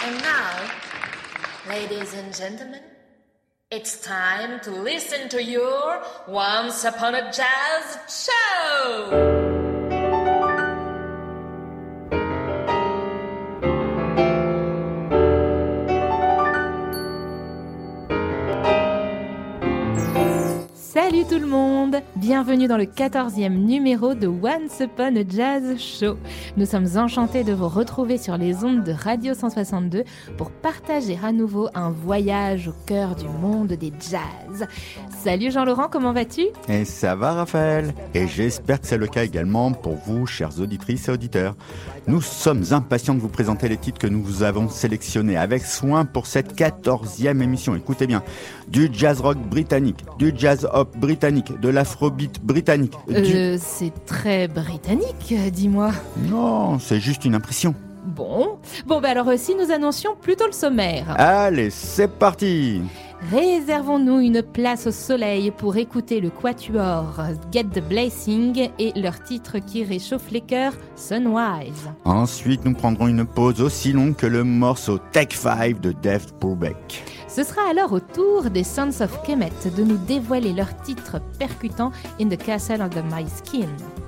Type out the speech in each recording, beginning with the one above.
And now, ladies and gentlemen, it's time to listen to your Once Upon a Jazz show! Salut tout le monde! Bienvenue dans le 14e numéro de Once Upon a Jazz Show. Nous sommes enchantés de vous retrouver sur les ondes de Radio 162 pour partager à nouveau un voyage au cœur du monde des jazz. Salut Jean-Laurent, comment vas-tu? Et ça va Raphaël? Et j'espère que c'est le cas également pour vous, chères auditrices et auditeurs. Nous sommes impatients de vous présenter les titres que nous vous avons sélectionnés avec soin pour cette 14e émission. Écoutez bien, du jazz rock britannique, du jazz hop britannique, de l'afrobeat britannique. C'est très britannique, dis-moi. Non, c'est juste une impression. Bon, alors si nous annoncions plutôt le sommaire. Allez, c'est parti! Réservons-nous une place au soleil pour écouter le quatuor Get the Blessing et leur titre qui réchauffe les cœurs, Sunwise. Ensuite, nous prendrons une pause aussi longue que le morceau Take 5 de Dave Brubeck. Ce sera alors au tour des Sons of Kemet de nous dévoiler leur titre percutant In the Castle Under My Skin.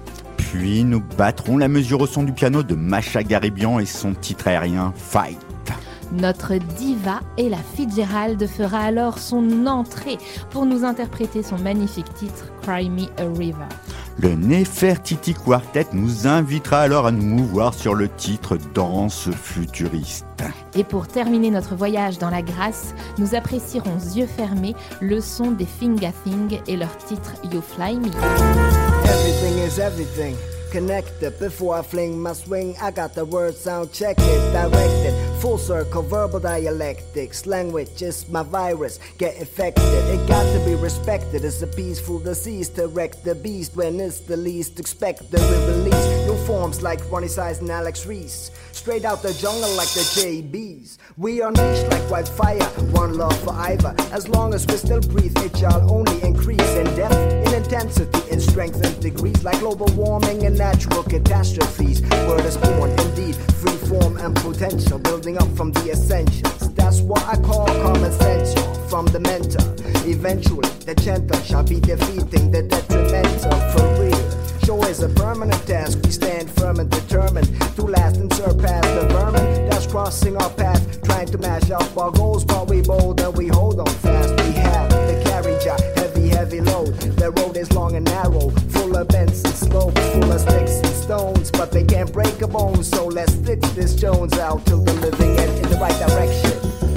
Puis nous battrons la mesure au son du piano de Masha Garibian et son titre aérien Fight. Notre diva Ella Fitzgerald fera alors son entrée pour nous interpréter son magnifique titre Cry Me a River. Le Nefertiti Quartet nous invitera alors à nous mouvoir sur le titre Danse futuriste. Et pour terminer notre voyage dans la grâce, nous apprécierons yeux fermés le son des Finga Thing et leur titre You Fly Me. Everything is everything. Connected before I fling my swing. I got the word sound check it, directed. Full circle, verbal dialectics. Language is my virus, get infected. It got to be respected. It's a peaceful disease to wreck the beast when it's the least expected. We release new forms like Ronnie Size and Alex Reese. Straight out the jungle like the JBs. We unleash like wildfire, one love for either. As long as we still breathe, it shall only increase in depth, in intensity, in strength and degrees. Like global warming and natural catastrophes. Word is born, indeed, free form and potential, building up from the essentials. That's what I call common sense, from the mentor. Eventually, the gentle shall be defeating the detrimental for real. Show is a permanent task, we stand firm and determined to last and surpass the vermin that's crossing our path, trying to mash up our goals, but we bold and we hold on fast. We have the carriage, a heavy load. The road is long and narrow, full of bends and slopes, full of sticks and stones, but they can't break a bone, so let's stitch this Jones out till the living end in the right direction.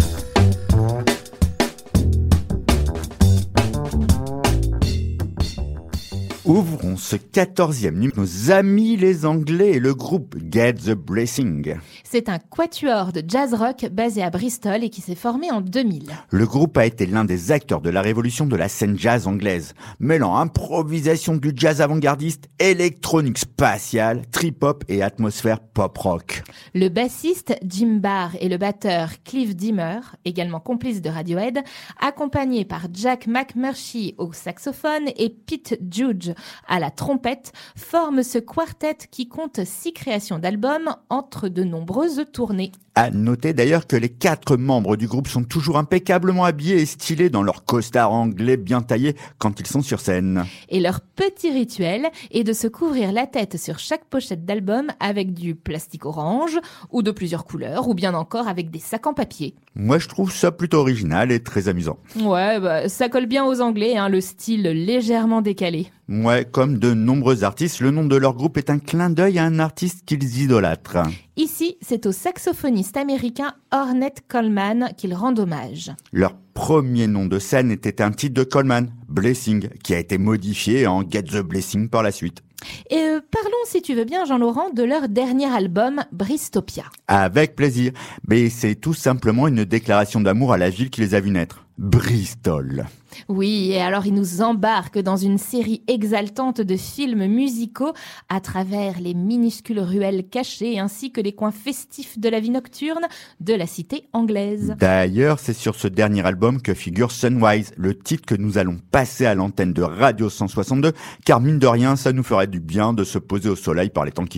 Ouvrons ce 14e numéro, nos amis les Anglais et le groupe Get the Blessing. C'est un quatuor de jazz rock basé à Bristol et qui s'est formé en 2000. Le groupe a été l'un des acteurs de la révolution de la scène jazz anglaise, mêlant improvisation du jazz avant-gardiste, électronique spatiale, trip-hop et atmosphère pop-rock. Le bassiste Jim Barr et le batteur Cliff Dimmer, également complices de Radiohead, accompagnés par Jack McMurtry au saxophone et Pete Judge à la trompette, forment ce quartet qui compte 6 créations d'albums entre de nombreuses tournées. À noter d'ailleurs que les 4 membres du groupe sont toujours impeccablement habillés et stylés dans leur costard anglais bien taillé quand ils sont sur scène. Et leur petit rituel est de se couvrir la tête sur chaque pochette d'album avec du plastique orange ou de plusieurs couleurs ou bien encore avec des sacs en papier. Moi je trouve ça plutôt original et très amusant. Ouais, ça colle bien aux Anglais, le style légèrement décalé. Ouais, comme de nombreux artistes, le nom de leur groupe est un clin d'œil à un artiste qu'ils idolâtrent. Ici, c'est au saxophoniste américain Ornette Coleman qu'ils rendent hommage. Leur premier nom de scène était un titre de Coleman, Blessing, qui a été modifié en Get the Blessing par la suite. Et parlons, si tu veux bien, Jean-Laurent, de leur dernier album, Bristopia. Avec plaisir. Mais c'est tout simplement une déclaration d'amour à la ville qui les a vus naître. Bristol. Oui, et alors ils nous embarquent dans une série exaltante de films musicaux à travers les minuscules ruelles cachées ainsi que les coins festifs de la vie nocturne de la cité anglaise. D'ailleurs, c'est sur ce dernier album que figure Sunwise, le titre que nous allons passer à l'antenne de Radio 162, car mine de rien, ça nous ferait du bien de se poser au soleil par les temps qui courent.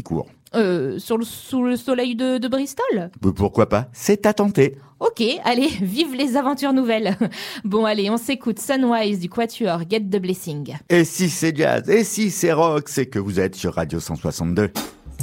Sous le soleil de Bristol? Pourquoi pas? C'est à tenter. Ok, allez, vive les aventures nouvelles. Bon, allez, on s'écoute Sunwise du Quatuor Get the Blessing. Et si c'est jazz, et si c'est rock, c'est que vous êtes sur Radio 162.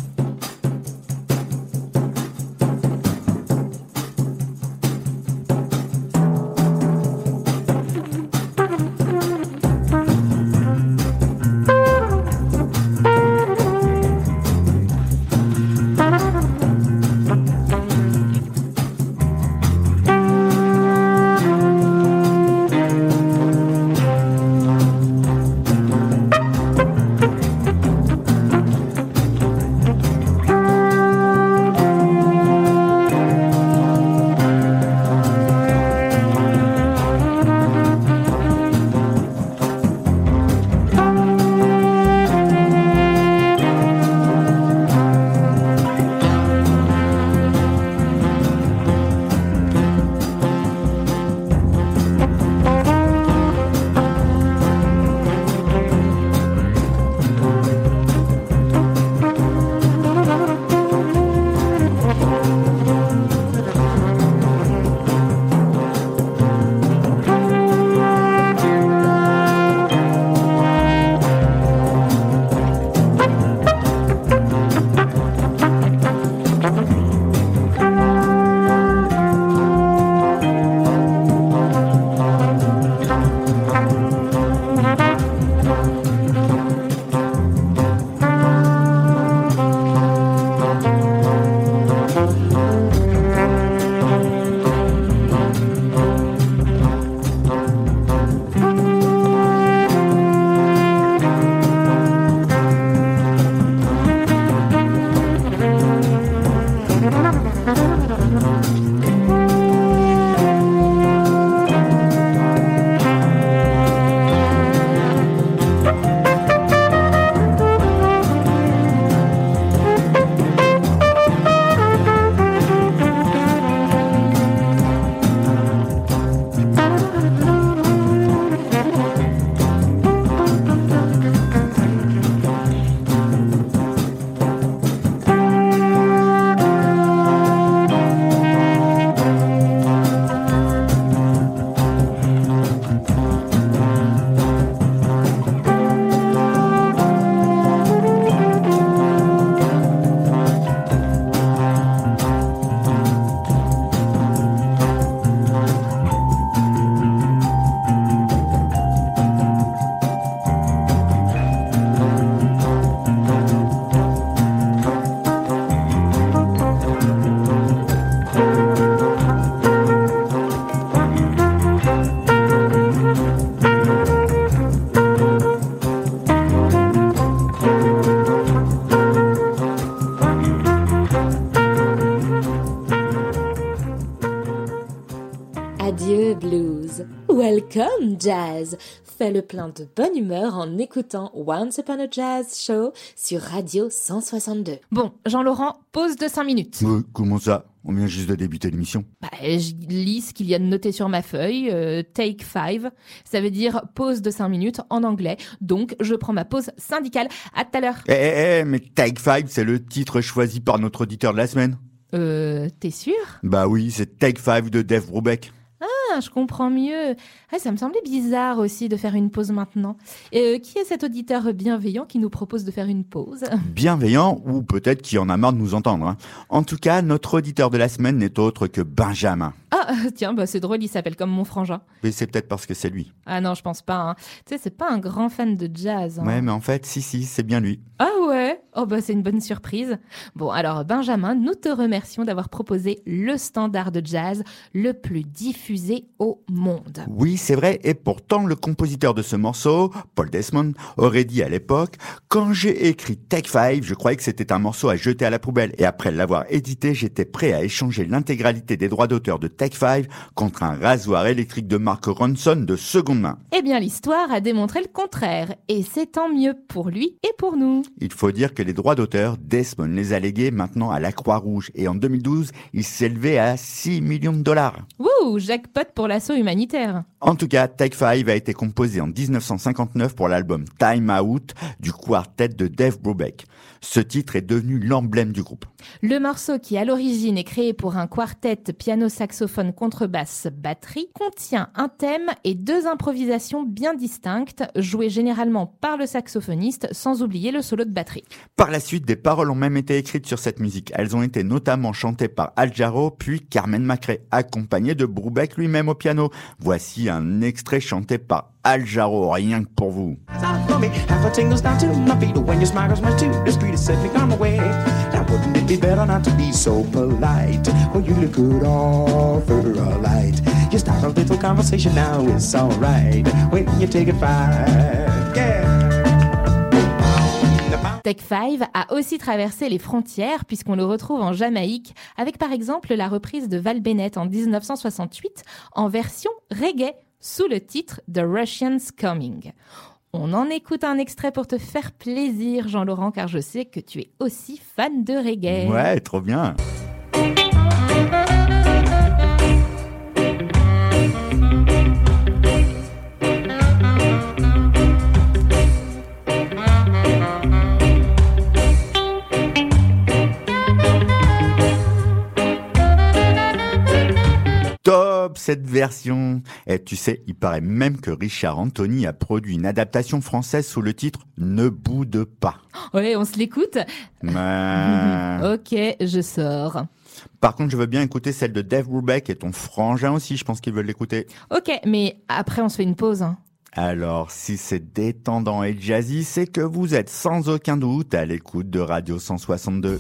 Adieu blues, welcome jazz. Fais le plein de bonne humeur en écoutant Once Upon a Jazz Show sur Radio 162. Bon, Jean-Laurent, pause de 5 minutes. Comment ça? On vient juste de débuter l'émission. Je lis ce qu'il y a de noté sur ma feuille, take 5, ça veut dire pause de 5 minutes en anglais, donc je prends ma pause syndicale. À tout à l'heure. Mais take 5, c'est le titre choisi par notre auditeur de la semaine. T'es sûr? Bah oui, c'est Take 5 de Dave Brubeck. Ah, je comprends mieux. Ah, ça me semblait bizarre aussi de faire une pause maintenant. Qui est cet auditeur bienveillant qui nous propose de faire une pause? Bienveillant, ou peut-être qui en a marre de nous entendre. En tout cas, notre auditeur de la semaine n'est autre que Benjamin. Ah, tiens, c'est drôle, il s'appelle comme mon frangin. Mais c'est peut-être parce que c'est lui. Ah non, je pense pas. Tu sais, c'est pas un grand fan de jazz. Ouais, mais en fait, si, c'est bien lui. Ah ouais? Oh c'est une bonne surprise. Bon, alors Benjamin, nous te remercions d'avoir proposé le standard de jazz le plus diffusé au monde. Oui, c'est vrai, et pourtant le compositeur de ce morceau, Paul Desmond, aurait dit à l'époque « Quand j'ai écrit Take 5, je croyais que c'était un morceau à jeter à la poubelle, et après l'avoir édité, j'étais prêt à échanger l'intégralité des droits d'auteur de Take 5 contre un rasoir électrique de marque Ronson de seconde main. Eh bien, l'histoire a démontré le contraire, et c'est tant mieux pour lui et pour nous. Il faut dire que les droits d'auteur, Desmond les a légués maintenant à la Croix-Rouge, et en 2012, ils s'élevaient à 6 millions de dollars. Wouh, jackpot pour l'assaut humanitaire. En tout cas, Take 5 a été composé en 1959 pour l'album Time Out du quartet de Dave Brubeck. Ce titre est devenu l'emblème du groupe. Le morceau qui à l'origine est créé pour un quartet piano-saxophone contrebasse batterie contient un thème et 2 improvisations bien distinctes jouées généralement par le saxophoniste sans oublier le solo de batterie. Par la suite, des paroles ont même été écrites sur cette musique. Elles ont été notamment chantées par Al Jarreau puis Carmen McRae, accompagné de Brubeck lui-même au piano. Voici un extrait chanté par Al Jarreau, rien que pour vous. Half a tingles down to my feet when your smile goes much too discreet to set me on my way. Now wouldn't it be better not to be so polite when you look good all for a light? You start a little conversation now, it's alright when you take it fine. Yeah. Take 5 a aussi traversé les frontières puisqu'on le retrouve en Jamaïque avec par exemple la reprise de Val Bennett en 1968 en version reggae sous le titre The Russians Coming. On en écoute un extrait pour te faire plaisir, Jean-Laurent, car je sais que tu es aussi fan de reggae. Ouais, trop bien. Top cette version. Et tu sais, il paraît même que Richard Anthony a produit une adaptation française sous le titre Ne boude pas. Ouais, on se l'écoute. Ok, je sors. Par contre, je veux bien écouter celle de Dave Brubeck et ton frangin aussi, je pense qu'ils veulent l'écouter. Ok, mais après on se fait une pause. Alors, si c'est détendant et jazzy, c'est que vous êtes sans aucun doute à l'écoute de Radio 162.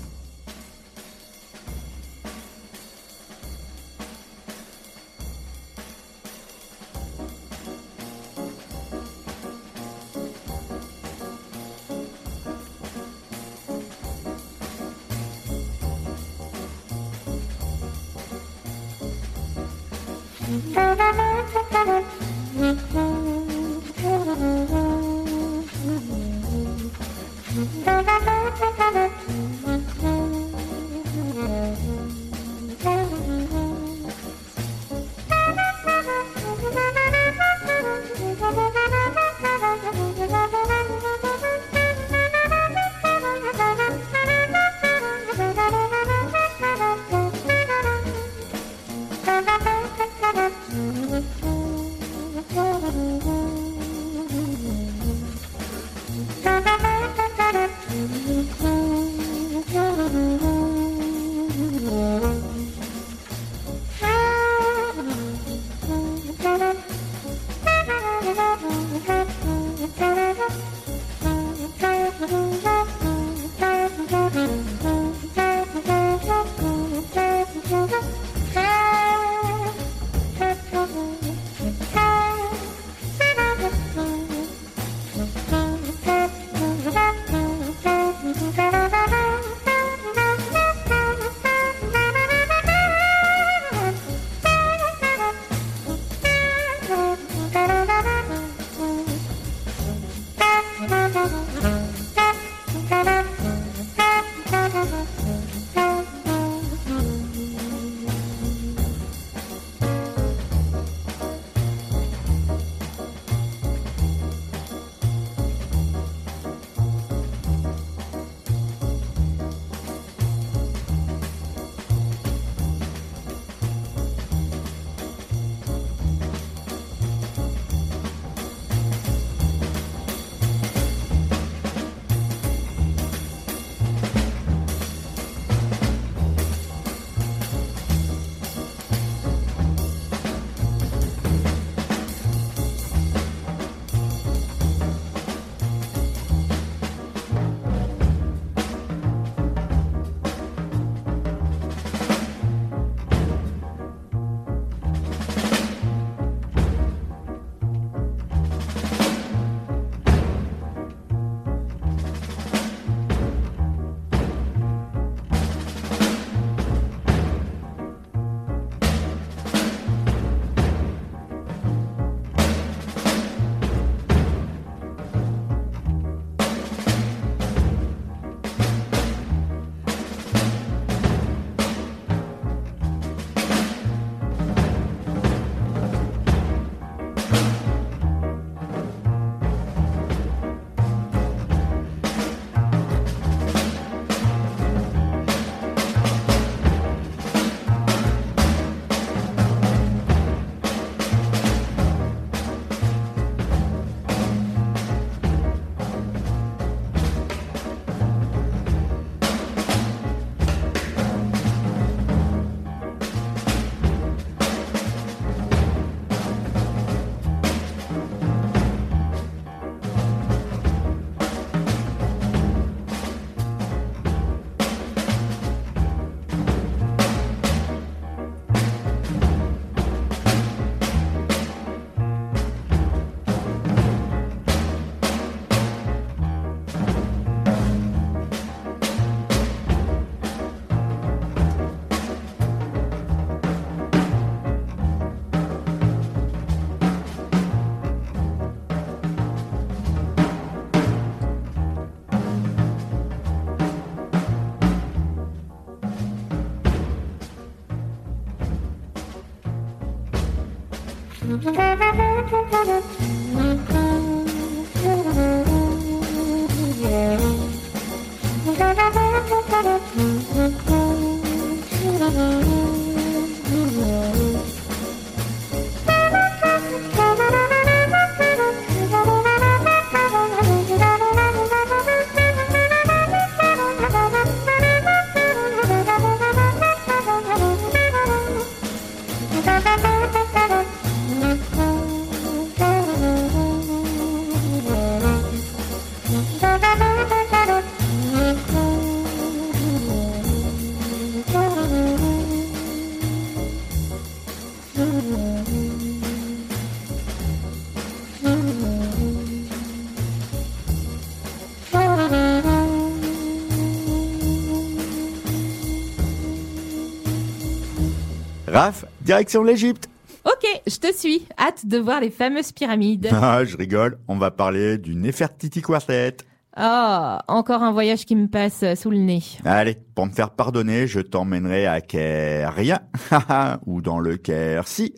Raph, direction l'Égypte. Ok, je te suis. Hâte de voir les fameuses pyramides. Ah, je rigole, on va parler du Nefertiti Quartet. Oh, encore un voyage qui me passe sous le nez. Allez, pour me faire pardonner, je t'emmènerai à Caire, rien, ou dans le Caire, si.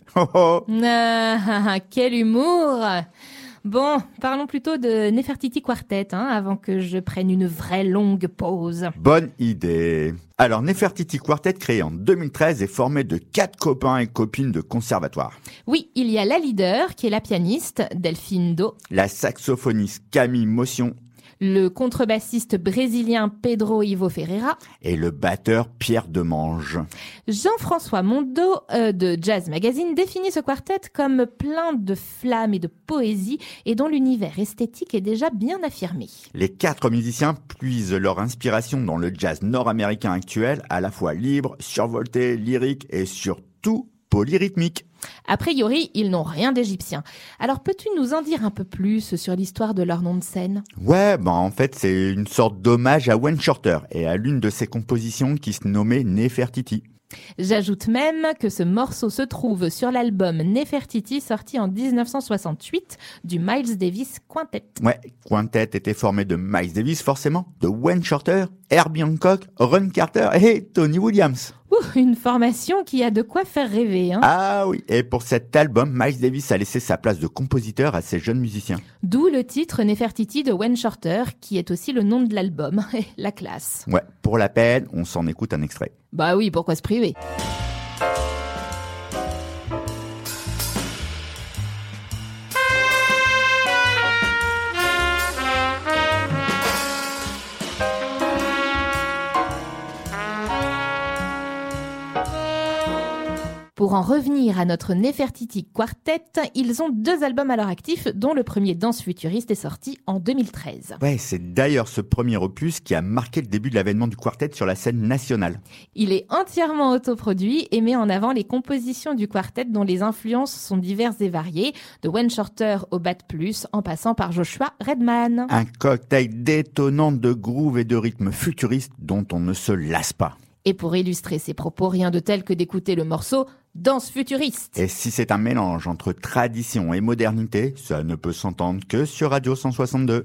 Quel humour! Bon, parlons plutôt de Nefertiti Quartet, avant que je prenne une vraie longue pause. Bonne idée. Alors, Nefertiti Quartet, créé en 2013, est formé de 4 copains et copines de conservatoire. Oui, il y a la leader, qui est la pianiste, Delphine Do. La saxophoniste Camille Motion. Le contrebassiste brésilien Pedro Ivo Ferreira. Et le batteur Pierre Demange. Jean-François Mondo de Jazz Magazine définit ce quartet comme plein de flammes et de poésie et dont l'univers esthétique est déjà bien affirmé. Les 4 musiciens puisent leur inspiration dans le jazz nord-américain actuel, à la fois libre, survolté, lyrique et surtout polyrythmique. A priori, ils n'ont rien d'égyptien. Alors peux-tu nous en dire un peu plus sur l'histoire de leur nom de scène ? Ouais, en fait, c'est une sorte d'hommage à Wayne Shorter et à l'une de ses compositions qui se nommait Nefertiti. J'ajoute même que ce morceau se trouve sur l'album Nefertiti sorti en 1968 du Miles Davis Quintet. Ouais, Quintet était formé de Miles Davis forcément, de Wayne Shorter, Herbie Hancock, Ron Carter et Tony Williams. Une formation qui a de quoi faire rêver. Ah oui, et pour cet album, Miles Davis a laissé sa place de compositeur à ces jeunes musiciens. D'où le titre Nefertiti de Wayne Shorter, qui est aussi le nom de l'album. La classe. Ouais, pour la peine, on s'en écoute un extrait. Bah oui, pourquoi se priver ? Pour en revenir à notre Nefertiti Quartet, ils ont 2 albums à leur actif, dont le premier Danse futuriste est sorti en 2013. Ouais, c'est d'ailleurs ce premier opus qui a marqué le début de l'avènement du quartet sur la scène nationale. Il est entièrement autoproduit et met en avant les compositions du quartet dont les influences sont diverses et variées, de Wayne Shorter au Bat Plus, en passant par Joshua Redman. Un cocktail détonnant de groove et de rythme futuriste dont on ne se lasse pas. Et pour illustrer ses propos, rien de tel que d'écouter le morceau Danse futuriste. Et si c'est un mélange entre tradition et modernité, ça ne peut s'entendre que sur Radio 162.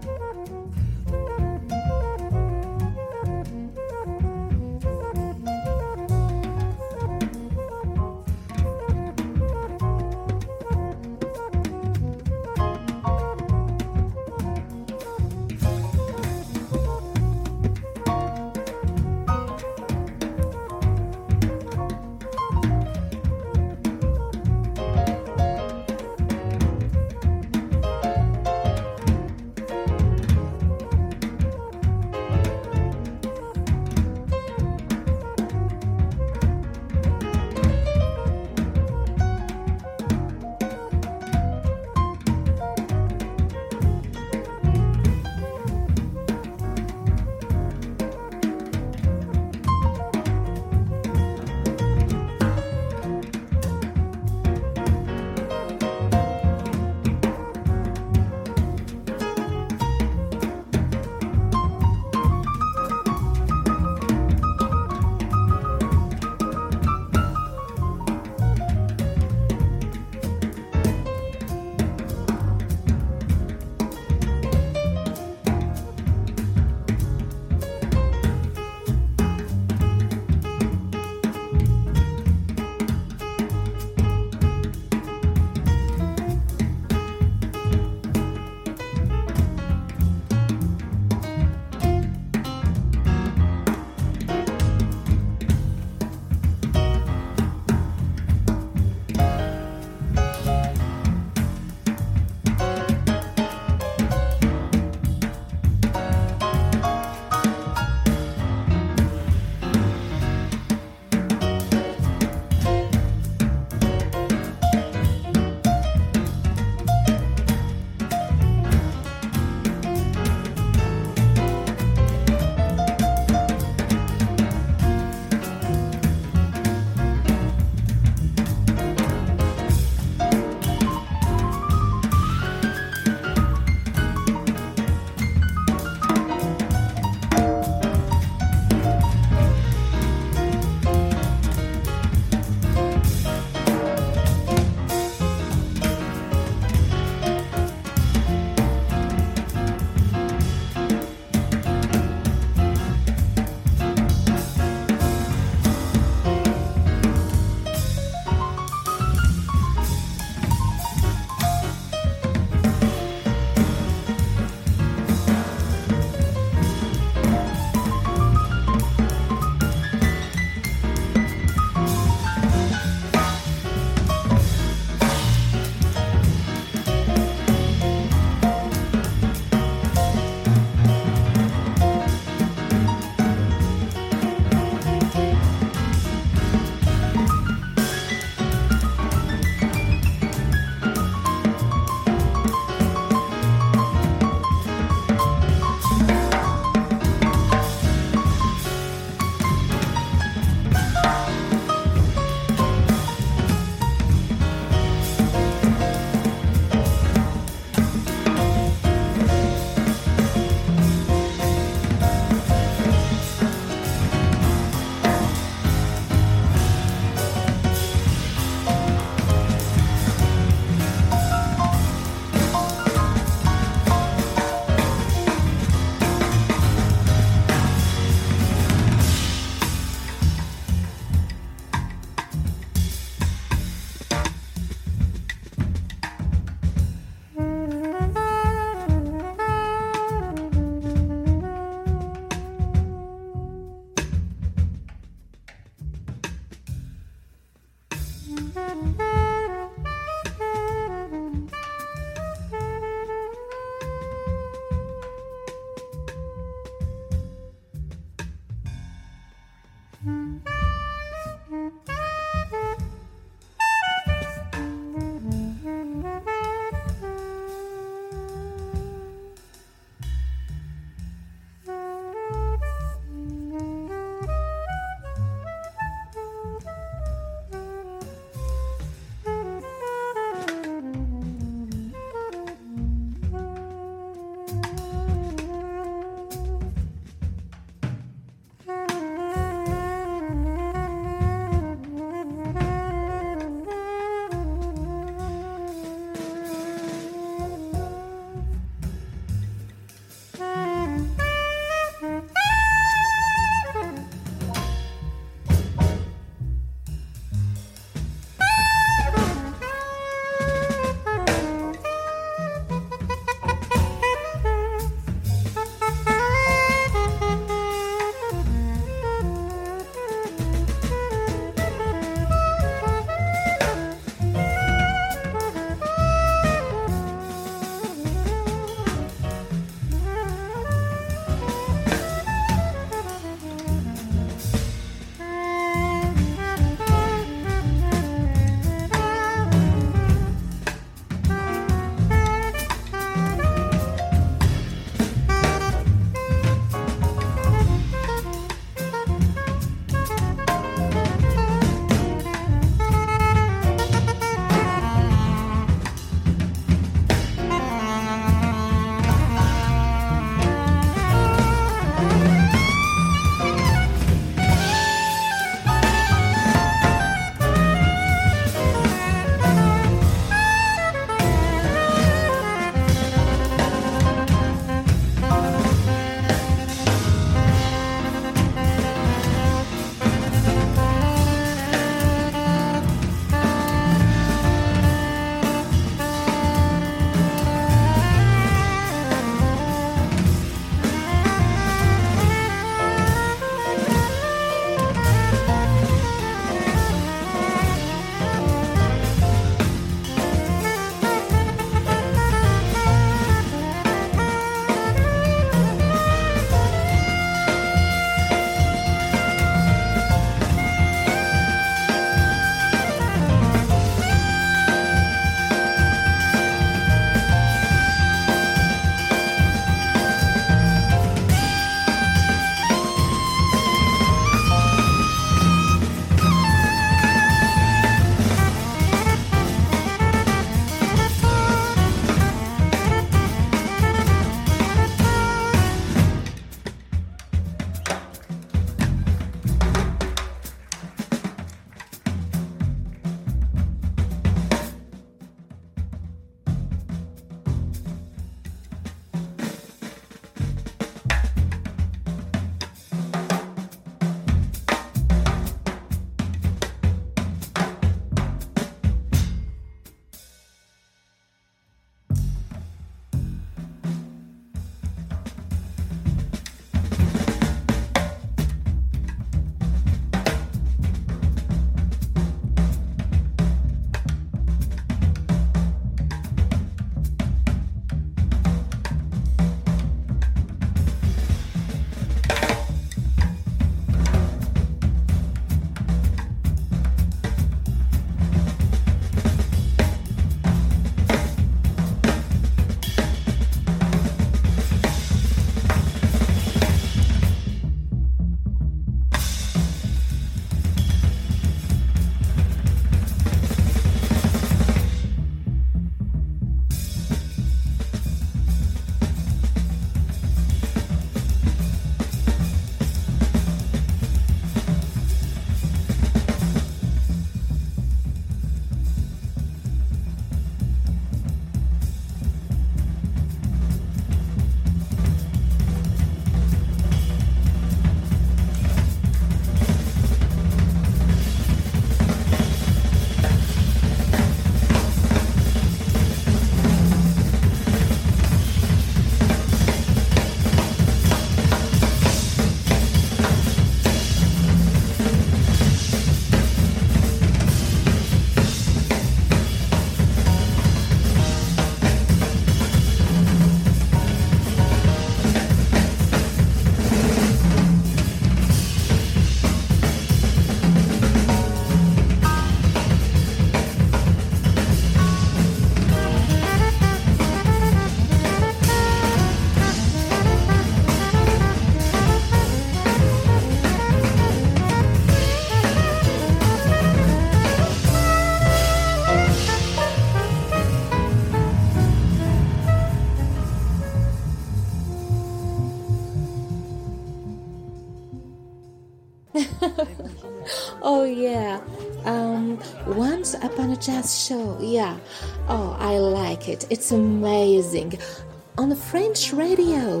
Oh, yeah. Once Upon a Jazz Show, yeah. Oh, I like it. It's amazing. On the French radio,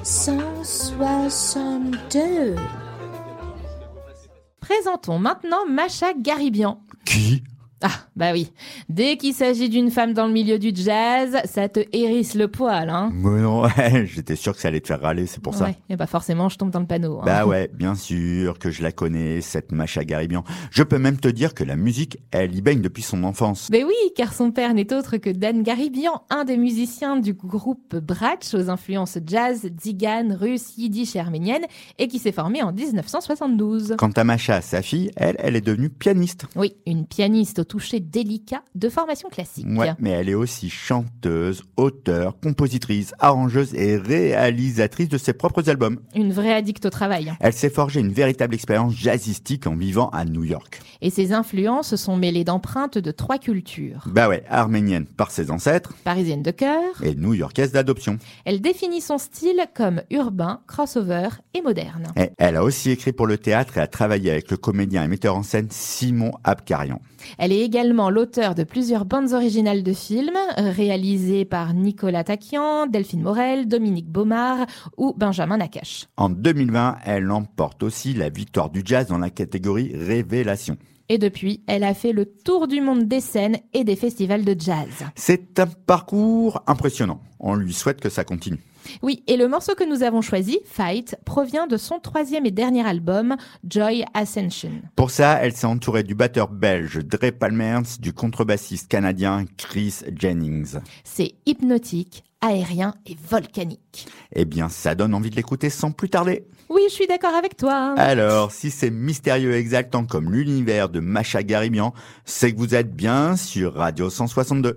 162. Présentons maintenant Masha Garibian. Qui ? Ah, bah oui. Dès qu'il s'agit d'une femme dans le milieu du jazz, ça te hérisse le poil, hein. Mais non, ouais, j'étais sûr que ça allait te faire râler, c'est pour ça. Ouais, et bah forcément, je tombe dans le panneau. Hein. Bah ouais, bien sûr que je la connais, cette Masha Garibian. Je peux même te dire que la musique, elle y baigne depuis son enfance. Mais oui, car son père n'est autre que Dan Garibian, un des musiciens du groupe Bratsch aux influences jazz, tzigan, russe, yiddish et arménienne, et qui s'est formé en 1972. Quant à Masha, sa fille, elle est devenue pianiste. Oui, une pianiste au toucher délicat de formation classique. Ouais, mais elle est aussi chanteuse, auteure, compositrice, arrangeuse et réalisatrice de ses propres albums. Une vraie addict au travail. Elle s'est forgée une véritable expérience jazzistique en vivant à New York. Et ses influences sont mêlées d'empreintes de 3 cultures. Bah ouais, arménienne par ses ancêtres. Parisienne de cœur. Et new-yorkaise d'adoption. Elle définit son style comme urbain, crossover et moderne. Et elle a aussi écrit pour le théâtre et a travaillé avec le comédien et metteur en scène Simon Abkarian. Elle est également l'auteur de plusieurs bandes originales de films, réalisées par Nicolas Taquian, Delphine Morel, Dominique Baumard ou Benjamin Nakache. En 2020, elle emporte aussi la victoire du jazz dans la catégorie Révélation. Et depuis, elle a fait le tour du monde des scènes et des festivals de jazz. C'est un parcours impressionnant. On lui souhaite que ça continue. Oui, et le morceau que nous avons choisi, Fight, provient de son 3e et dernier album, Joy Ascension. Pour ça, elle s'est entourée du batteur belge Dre Palmers, du contrebassiste canadien Chris Jennings. C'est hypnotique, aérien et volcanique. Eh bien, ça donne envie de l'écouter sans plus tarder. Oui, je suis d'accord avec toi. Alors, si c'est mystérieux et exaltant comme l'univers de Masha Garibian, c'est que vous êtes bien sur Radio 162.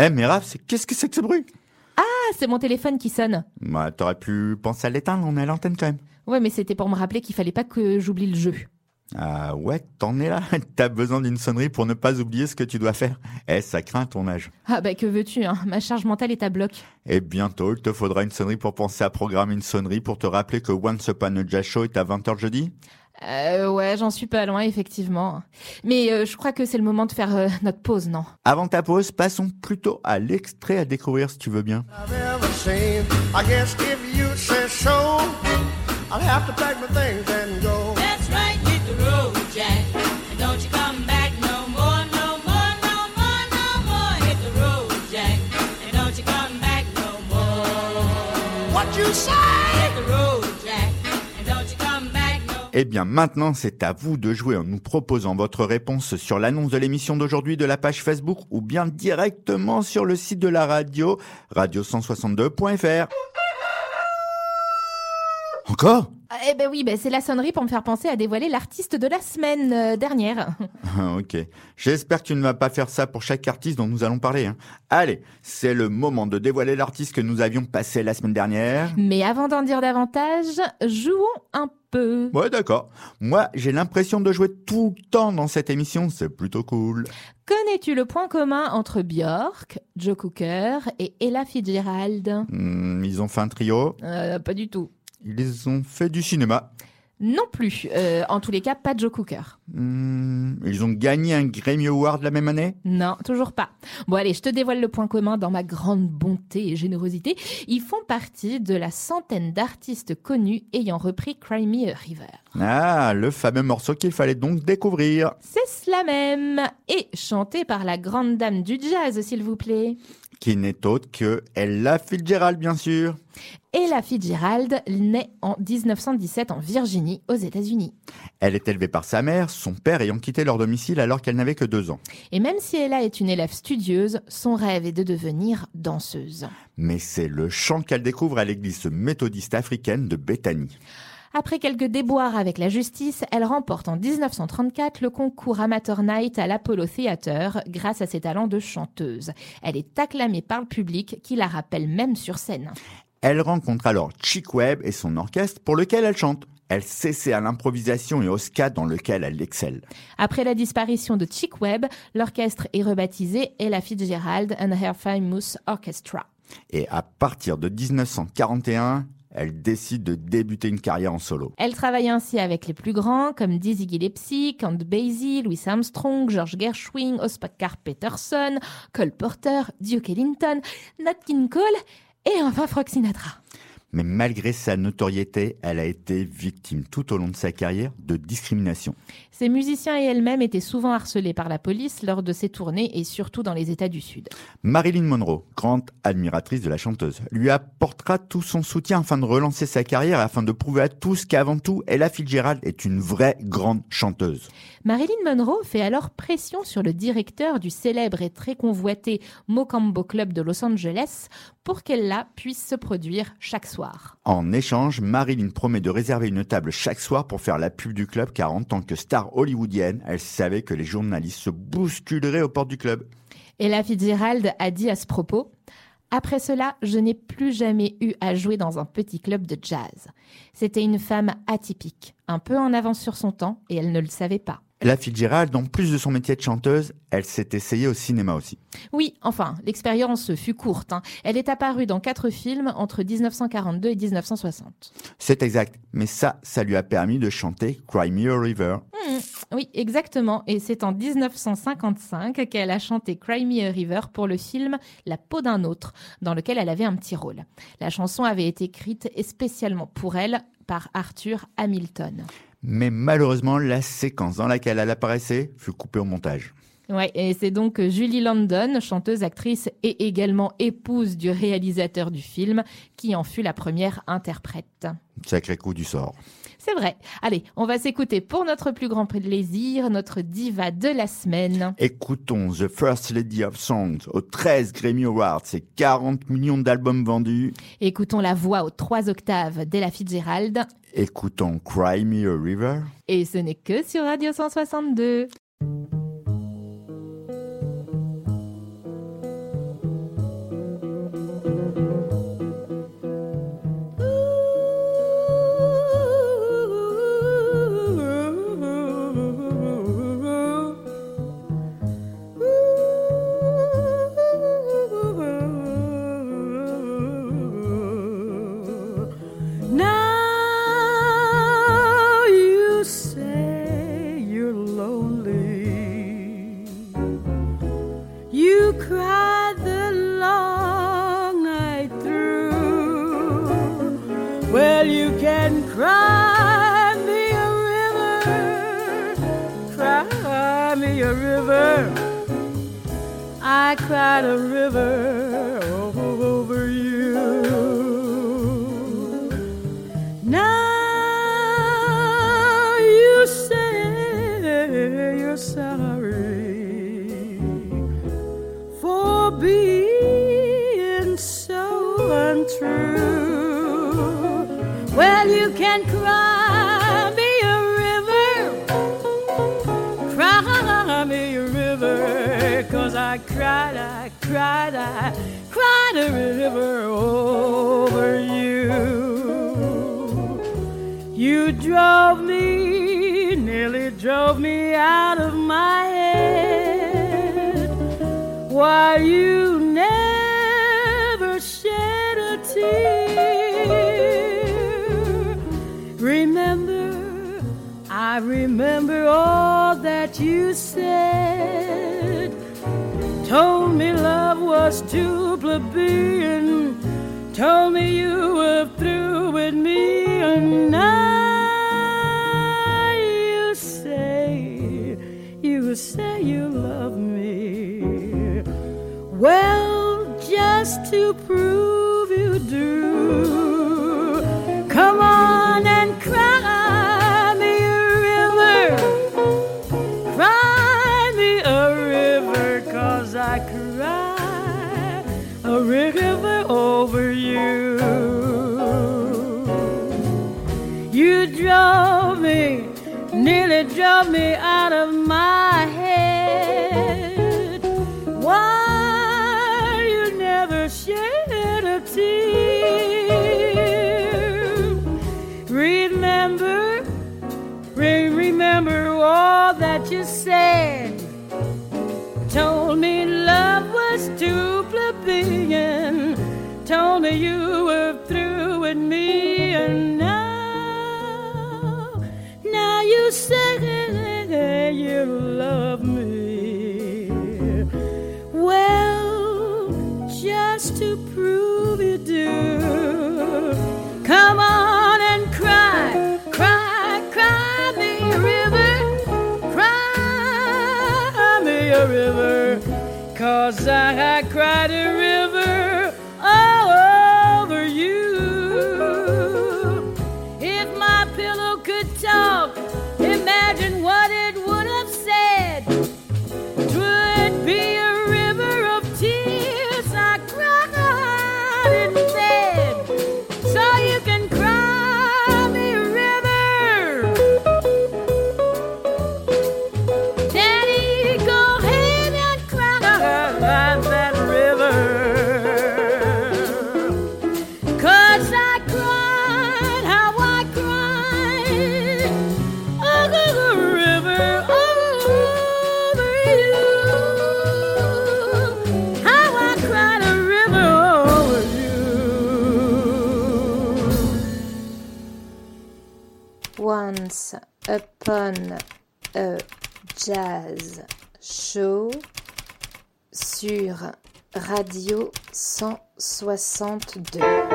Mais Raph, qu'est-ce que c'est que ce bruit? Ah, c'est mon téléphone qui sonne. Bah, t'aurais pu penser à l'éteindre, on est à l'antenne quand même. Ouais, mais c'était pour me rappeler qu'il fallait pas que j'oublie le jeu. Ah ouais, t'en es là. T'as besoin d'une sonnerie pour ne pas oublier ce que tu dois faire. Ça craint ton âge. Ah bah que veux-tu, hein, ma charge mentale est à bloc. Et bientôt, il te faudra une sonnerie pour penser à programmer une sonnerie pour te rappeler que Once Upon a Jazz Show est à 20h jeudi. Ouais, j'en suis pas loin, effectivement. Mais je crois que c'est le moment de faire notre pause, non? Avant ta pause, passons plutôt à l'extrait à découvrir si tu veux bien. I've ever seen. I guess if you say so, I'll have to pack my things and go. That's right, hit the road, Jack. And don't you come back no more, no more, no more, no more. Hit the road, Jack. And don't you come back no more. What you say? Hit the road, Jack. And don't you come back no more. Eh bien, maintenant, c'est à vous de jouer en nous proposant votre réponse sur l'annonce de l'émission d'aujourd'hui de la page Facebook ou bien directement sur le site de la radio, radio162.fr. Encore? Eh ben oui, c'est la sonnerie pour me faire penser à dévoiler l'artiste de la semaine dernière. Ok. J'espère que tu ne vas pas faire ça pour chaque artiste dont nous allons parler. Allez, c'est le moment de dévoiler l'artiste que nous avions passé la semaine dernière. Mais avant d'en dire davantage, jouons un peu. Ouais, d'accord. Moi, j'ai l'impression de jouer tout le temps dans cette émission. C'est plutôt cool. Connais-tu le point commun entre Björk, Joe Cocker et Ella Fitzgerald? Ils ont fait un trio. Pas du tout. Ils ont fait du cinéma. Non plus. En tous les cas, pas Joe Cocker. Ils ont gagné un Grammy Award la même année? Non, toujours pas. Bon allez, je te dévoile le point commun dans ma grande bonté et générosité. Ils font partie de la centaine d'artistes connus ayant repris Cry Me a River. Ah, le fameux morceau qu'il fallait donc découvrir. C'est cela même. Et chanté par la grande dame du jazz, s'il vous plaît. Qui n'est autre que Ella Fitzgerald, bien sûr. Ella Fitzgerald naît en 1917 en Virginie, aux États-Unis. Elle est élevée par sa mère, son père ayant quitté leur domicile alors qu'elle n'avait que 2 ans. Et même si Ella est une élève studieuse, son rêve est de devenir danseuse. Mais c'est le chant qu'elle découvre à l'église méthodiste africaine de Bethany. Après quelques déboires avec la justice, elle remporte en 1934 le concours Amateur Night à l'Apollo Theater grâce à ses talents de chanteuse. Elle est acclamée par le public qui la rappelle même sur scène. Elle rencontre alors Chick Webb et son orchestre pour lequel elle chante. Elle s'essaie à l'improvisation et au ska dans lequel elle excelle. Après la disparition de Chick Webb, l'orchestre est rebaptisé Ella Fitzgerald and Her Famous Orchestra. Et à partir de 1941, elle décide de débuter une carrière en solo. Elle travaille ainsi avec les plus grands comme Dizzy Gillespie, Count Basie, Louis Armstrong, George Gershwin, Oscar Peterson, Cole Porter, Duke Ellington, Nat King Cole et enfin Frank Sinatra. Mais malgré sa notoriété, elle a été victime tout au long de sa carrière de discrimination. Ses musiciens et elle-même étaient souvent harcelés par la police lors de ses tournées et surtout dans les États du Sud. Marilyn Monroe, grande admiratrice de la chanteuse, lui apportera tout son soutien afin de relancer sa carrière et afin de prouver à tous qu'avant tout, Ella Fitzgerald est une vraie grande chanteuse. Marilyn Monroe fait alors pression sur le directeur du célèbre et très convoité Mocambo Club de Los Angeles pour qu'elle puisse se produire chaque soir. En échange, Marilyn promet de réserver une table chaque soir pour faire la pub du club car en tant que star hollywoodienne, elle savait que les journalistes se bousculeraient aux portes du club. Ella Fitzgerald a dit à ce propos « Après cela, je n'ai plus jamais eu à jouer dans un petit club de jazz. C'était une femme atypique, un peu en avance sur son temps et elle ne le savait pas. » Ella Fitzgerald, en plus de son métier de chanteuse, elle s'est essayée au cinéma aussi. Oui, enfin, l'expérience fut courte. Elle est apparue dans 4 films entre 1942 et 1960. C'est exact, mais ça lui a permis de chanter Cry Me a River. Oui, exactement. Et c'est en 1955 qu'elle a chanté Cry Me a River pour le film La peau d'un autre, dans lequel elle avait un petit rôle. La chanson avait été écrite spécialement pour elle par Arthur Hamilton. Mais malheureusement, la séquence dans laquelle elle apparaissait fut coupée au montage. Ouais, et c'est donc Julie London, chanteuse, actrice et également épouse du réalisateur du film, qui en fut la première interprète. Sacré coup du sort. C'est vrai. Allez, on va s'écouter pour notre plus grand plaisir, notre diva de la semaine. Écoutons The First Lady of Songs aux 13 Grammy Awards et 40 millions d'albums vendus. Écoutons la voix aux 3 octaves d'Ella Fitzgerald. Écoutons Cry Me a River. Et ce n'est que sur Radio 162. me a river. I cried a river over you. Now you say you're sorry for being so untrue. Well, you can cry me a river, cry me a river, 'cause I cried a river over you. You nearly drove me out of my head, while you never shed a tear. I remember all that you said. Told me love was too plebeian. Told me you were through with me, and now you say you love me. Well, just to prove you do, come on and cry me a river. Cry me a river, 'cause I cry a river over you. You nearly drove me out of my head, while you never shed a tear. Remember all that you said. Told me love was too plebeian. Told me you were through with me, and now you say you love me. Well, just to prove you do, come on and cry me a river, cry me a river, 'cause I cried a river over you. If my pillow could talk, imagine what it would have said. 'Twould be a river of tears I cried in bed. So you can cry me a river. Daddy, go ahead and cry that river. 'Cause I cried how I cried over the river over you. How I cried a river over you. Once upon a jazz show sur Radio 162.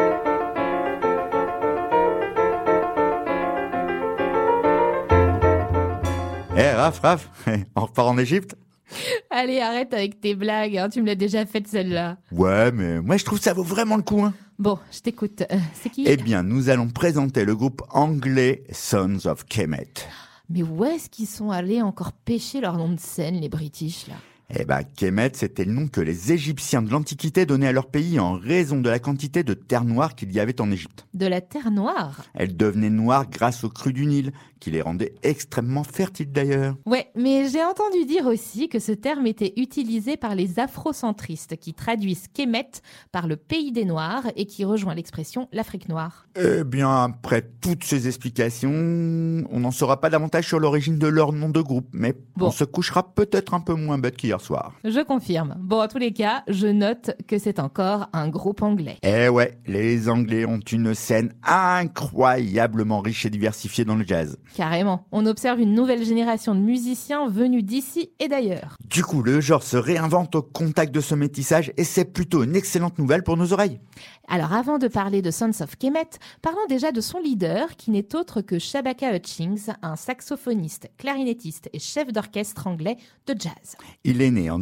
Raph, on repart en Égypte? Allez, arrête avec tes blagues, hein, tu me l'as déjà faite celle-là. Ouais, mais moi je trouve que ça vaut vraiment le coup. Hein. Bon, je t'écoute. C'est qui? Eh bien, nous allons présenter le groupe anglais Sons of Kemet. Mais où est-ce qu'ils sont allés encore pêcher leur nom de scène, les British, là? Eh ben, Kemet, c'était le nom que les Égyptiens de l'Antiquité donnaient à leur pays en raison de la quantité de terre noire qu'il y avait en Égypte. De la terre noire? Elle devenait noire grâce aux crues du Nil, qui les rendait extrêmement fertiles d'ailleurs. Ouais, mais j'ai entendu dire aussi que ce terme était utilisé par les afrocentristes qui traduisent Kemet par le pays des Noirs et qui rejoint l'expression l'Afrique noire. Eh bien, après toutes ces explications, on n'en saura pas davantage sur l'origine de leur nom de groupe, mais bon. On se couchera peut-être un peu moins bête qu'hier hier soir. Je confirme. Bon, en tous les cas, je note que c'est encore un groupe anglais. Eh ouais, les Anglais ont une scène incroyablement riche et diversifiée dans le jazz. Carrément. On observe une nouvelle génération de musiciens venus d'ici et d'ailleurs. Du coup, le genre se réinvente au contact de ce métissage et c'est plutôt une excellente nouvelle pour nos oreilles. Alors avant de parler de Sons of Kemet, parlons déjà de son leader qui n'est autre que Shabaka Hutchings, un saxophoniste, clarinettiste et chef d'orchestre anglais de jazz. Il est né en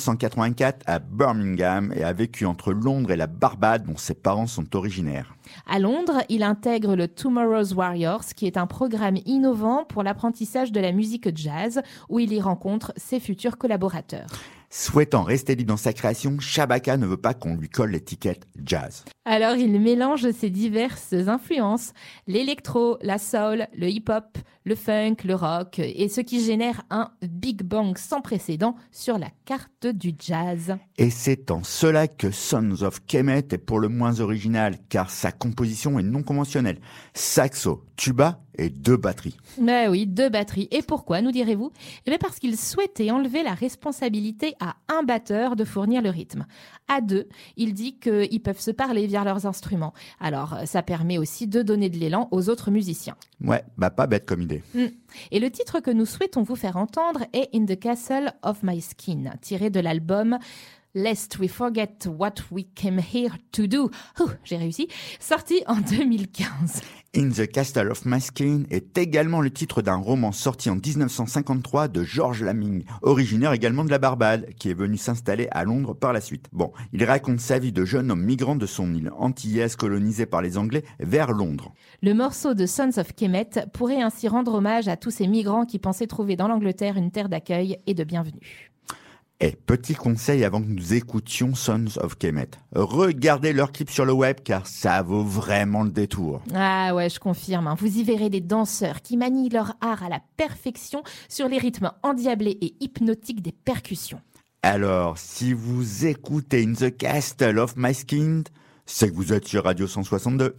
1984 à Birmingham et a vécu entre Londres et la Barbade dont ses parents sont originaires. À Londres, il intègre le Tomorrow's Warriors qui est un programme innovant pour l'apprentissage de la musique jazz où il y rencontre ses futurs collaborateurs. Souhaitant rester libre dans sa création, Shabaka ne veut pas qu'on lui colle l'étiquette jazz. Alors il mélange ses diverses influences, l'électro, la soul, le hip-hop, le funk, le rock, et ce qui génère un Big Bang sans précédent sur la carte du jazz. Et c'est en cela que Sons of Kemet est pour le moins original, car sa composition est non conventionnelle. Saxo, tuba et 2 batteries. Mais oui, 2 batteries. Et pourquoi, nous direz-vous ? Eh bien parce qu'il souhaitait enlever la responsabilité à un batteur de fournir le rythme. À 2, il dit qu'ils peuvent se parler via leurs instruments. Alors, ça permet aussi de donner de l'élan aux autres musiciens. Ouais, pas bête comme idée. Et le titre que nous souhaitons vous faire entendre est In the Castle of My Skin, tiré de l'album Lest We Forget What We Came Here to Do, j'ai réussi, sorti en 2015. In the Castle of My Skin est également le titre d'un roman sorti en 1953 de George Lamming, originaire également de la Barbade, qui est venu s'installer à Londres par la suite. Bon, il raconte sa vie de jeune homme migrant de son île antillaise colonisée par les Anglais vers Londres. Le morceau de Sons of Kemet pourrait ainsi rendre hommage à tous ces migrants qui pensaient trouver dans l'Angleterre une terre d'accueil et de bienvenue. Et petit conseil avant que nous écoutions Sons of Kemet. Regardez leur clip sur le web car ça vaut vraiment le détour. Ah ouais, je confirme. Vous y verrez des danseurs qui manient leur art à la perfection sur les rythmes endiablés et hypnotiques des percussions. Alors, si vous écoutez In the Castle of My Skin, c'est que vous êtes sur Radio 162.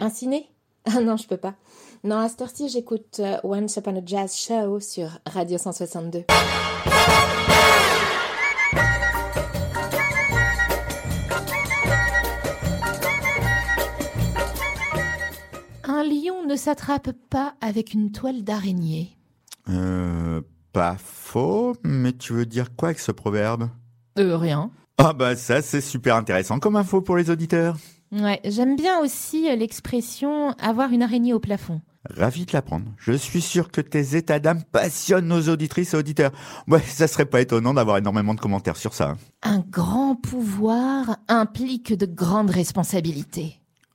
Un ciné? Ah non, je peux pas. Non, à cette heure-ci, j'écoute Once Upon a Jazz Show sur Radio 162. Un lion ne s'attrape pas avec une toile d'araignée. Pas faux, mais tu veux dire quoi avec ce proverbe? Rien. Ah bah ça, c'est super intéressant comme info pour les auditeurs. Ouais, j'aime bien aussi l'expression « avoir une araignée au plafond ». Ravi de l'apprendre. Je suis sûr que tes états d'âme passionnent nos auditrices et auditeurs. Ouais, ça serait pas étonnant d'avoir énormément de commentaires sur ça. Un grand pouvoir implique de grandes responsabilités.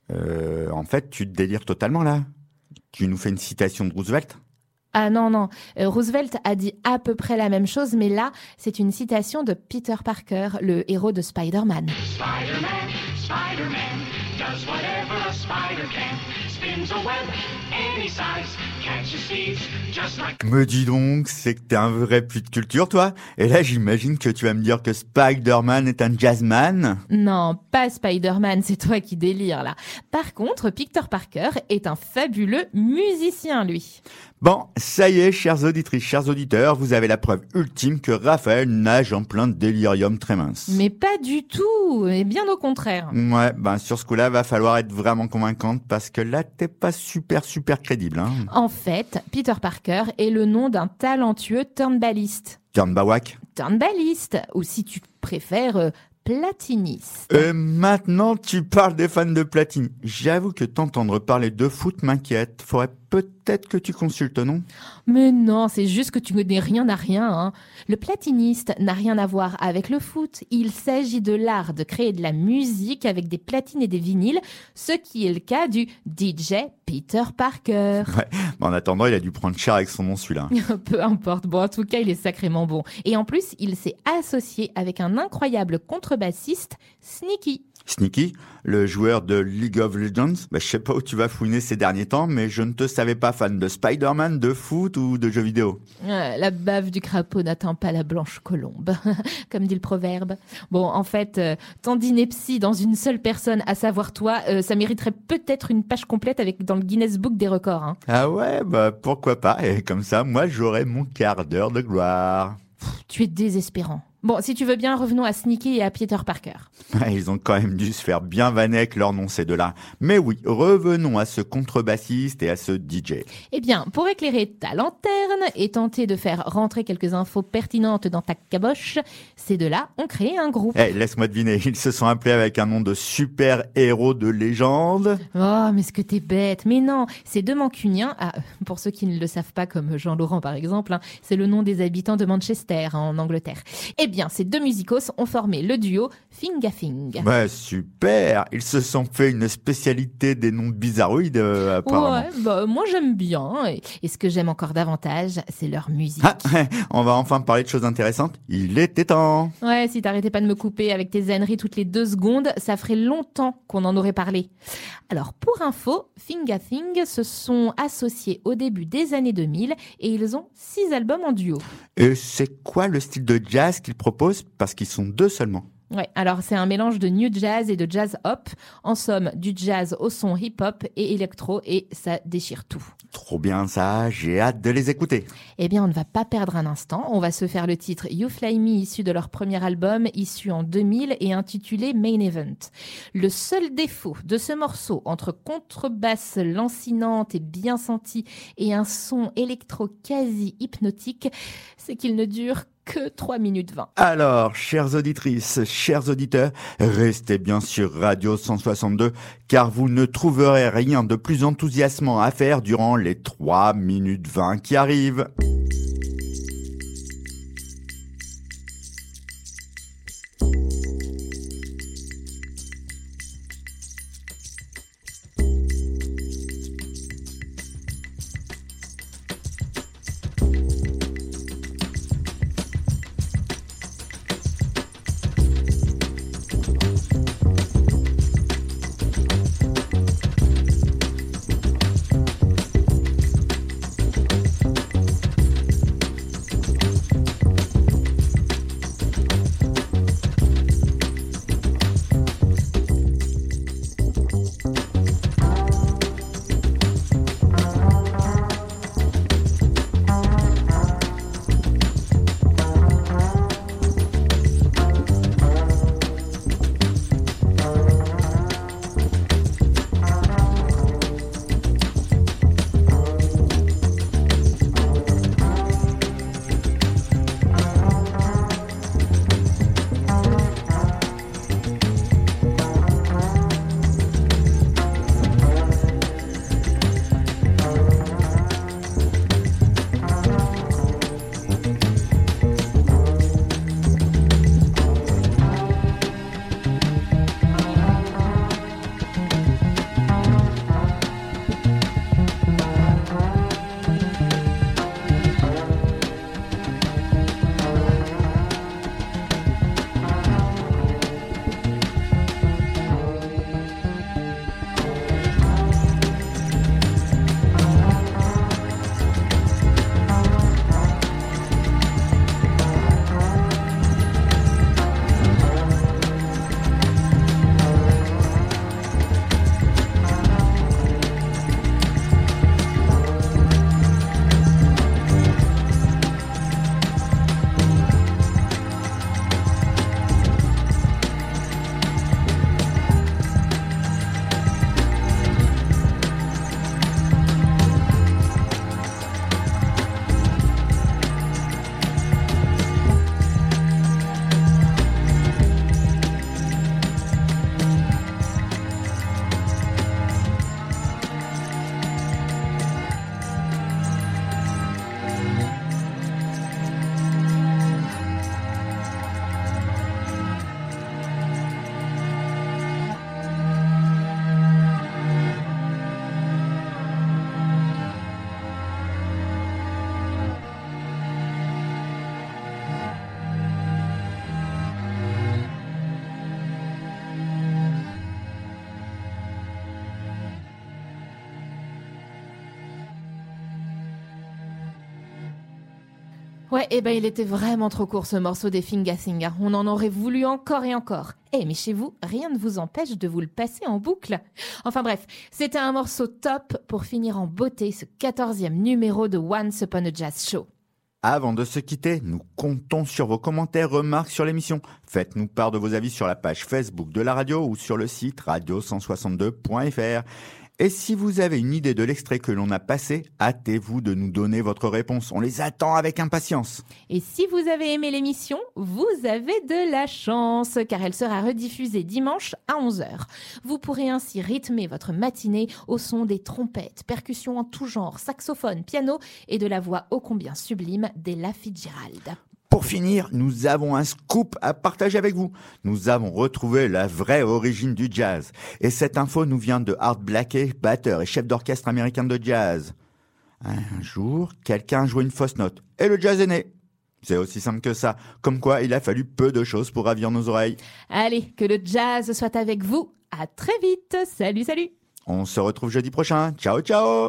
En fait, tu te délires totalement là. Tu nous fais une citation de Roosevelt? Ah non. Roosevelt a dit à peu près la même chose, mais là, c'est une citation de Peter Parker, le héros de Spider-Man. Spider-Man, Spider-Man, does whatever a spider can. Spins a web any size, catches thieves just like... Me dis donc, c'est que t'es un vrai puits de culture, toi. Et là, j'imagine que tu vas me dire que Spider-Man est un jazzman. Non, pas Spider-Man, c'est toi qui délires là. Par contre, Peter Parker est un fabuleux musicien, lui. Bon, ça y est, chères auditrices, chers auditeurs, vous avez la preuve ultime que Raphaël nage en plein délirium très mince. Mais pas du tout, et bien au contraire. Ouais, sur ce coup-là, va falloir être vraiment convaincante parce que là, t'es pas super crédible, hein. En fait, Peter Parker est le nom d'un talentueux turnballiste. Turnballiste, ou si tu préfères, platiniste. Et maintenant, tu parles des fans de Platini. J'avoue que t'entendre parler de foot m'inquiète. Faudrait peut-être que tu consultes, non? Mais non, c'est juste que tu connais rien à rien, hein. Le platiniste n'a rien à voir avec le foot. Il s'agit de l'art de créer de la musique avec des platines et des vinyles, ce qui est le cas du DJ Peter Parker. Ouais, en attendant, il a dû prendre cher avec son nom, celui-là. Peu importe. Bon, en tout cas, il est sacrément bon. Et en plus, il s'est associé avec un incroyable contrebassiste, Sneaky. Sneaky, le joueur de League of Legends. Je sais pas où tu vas fouiner ces derniers temps, mais je ne te savais pas fan de Spider-Man, de foot ou de jeux vidéo. La bave du crapaud n'atteint pas la blanche colombe, comme dit le proverbe. Bon, en fait, tant d'inepties dans une seule personne, à savoir toi, ça mériterait peut-être une page complète dans le Guinness Book des records, hein. Ah ouais, pourquoi pas. Et comme ça, moi, j'aurai mon quart d'heure de gloire. Tu es désespérant. Bon, si tu veux bien, revenons à Sneaky et à Peter Parker. Ils ont quand même dû se faire bien vanner avec leur nom, ces deux-là. Mais oui, revenons à ce contrebassiste et à ce DJ. Eh bien, pour éclairer ta lanterne et tenter de faire rentrer quelques infos pertinentes dans ta caboche, ces deux-là ont créé un groupe. Laisse-moi deviner, ils se sont appelés avec un nom de super-héros de légende. Oh, mais ce que t'es bête. Mais non, ces deux mancuniens, pour ceux qui ne le savent pas, comme Jean-Laurent par exemple, hein, c'est le nom des habitants de Manchester, en Angleterre. Eh bien, ces deux musicos ont formé le duo Fingafing. Ouais, super. Ils se sont fait une spécialité des noms bizarroïdes, apparemment. Ouais, moi j'aime bien. Et ce que j'aime encore davantage, c'est leur musique. On va enfin parler de choses intéressantes. Il était temps. Ouais, si t'arrêtais pas de me couper avec tes âneries toutes les 2 secondes, ça ferait longtemps qu'on en aurait parlé. Alors, pour info, Fingafing se sont associés au début des années 2000 et ils ont 6 albums en duo. Et c'est quoi le style de jazz qu'ils proposent? Parce qu'ils sont 2 seulement. Ouais, alors c'est un mélange de new jazz et de jazz hop. En somme, du jazz au son hip-hop et électro, et ça déchire tout. Trop bien ça, j'ai hâte de les écouter. Eh bien, on ne va pas perdre un instant. On va se faire le titre You Fly Me, issu de leur premier album, issu en 2000 et intitulé Main Event. Le seul défaut de ce morceau, entre contrebasse lancinante et bien sentie et un son électro quasi hypnotique, c'est qu'il ne dure que 3 minutes 20. Alors, chères auditrices, chers auditeurs, restez bien sur Radio 162, car vous ne trouverez rien de plus enthousiasmant à faire durant les 3 minutes 20 qui arrivent. Ouais, il était vraiment trop court ce morceau des Fingersinger. On en aurait voulu encore et encore. Mais chez vous, rien ne vous empêche de vous le passer en boucle. Enfin bref, c'était un morceau top pour finir en beauté ce 14e numéro de Once Upon a Jazz Show. Avant de se quitter, nous comptons sur vos commentaires, remarques sur l'émission. Faites-nous part de vos avis sur la page Facebook de la radio ou sur le site radio162.fr. Et si vous avez une idée de l'extrait que l'on a passé, hâtez-vous de nous donner votre réponse. On les attend avec impatience. Et si vous avez aimé l'émission, vous avez de la chance, car elle sera rediffusée dimanche à 11h. Vous pourrez ainsi rythmer votre matinée au son des trompettes, percussions en tout genre, saxophone, piano et de la voix ô combien sublime d'Ella Fitzgerald. Pour finir, nous avons un scoop à partager avec vous. Nous avons retrouvé la vraie origine du jazz. Et cette info nous vient de Art Blakey, batteur et chef d'orchestre américain de jazz. Un jour, quelqu'un a joué une fausse note et le jazz est né. C'est aussi simple que ça. Comme quoi, il a fallu peu de choses pour ravir nos oreilles. Allez, que le jazz soit avec vous. À très vite. Salut, salut. On se retrouve jeudi prochain. Ciao, ciao.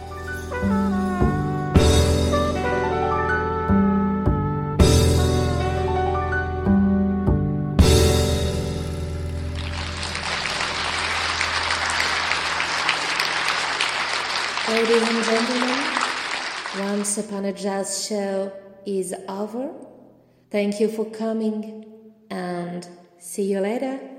Ladies and gentlemen, Once Upon a Jazz Show is over. Thank you for coming and see you later.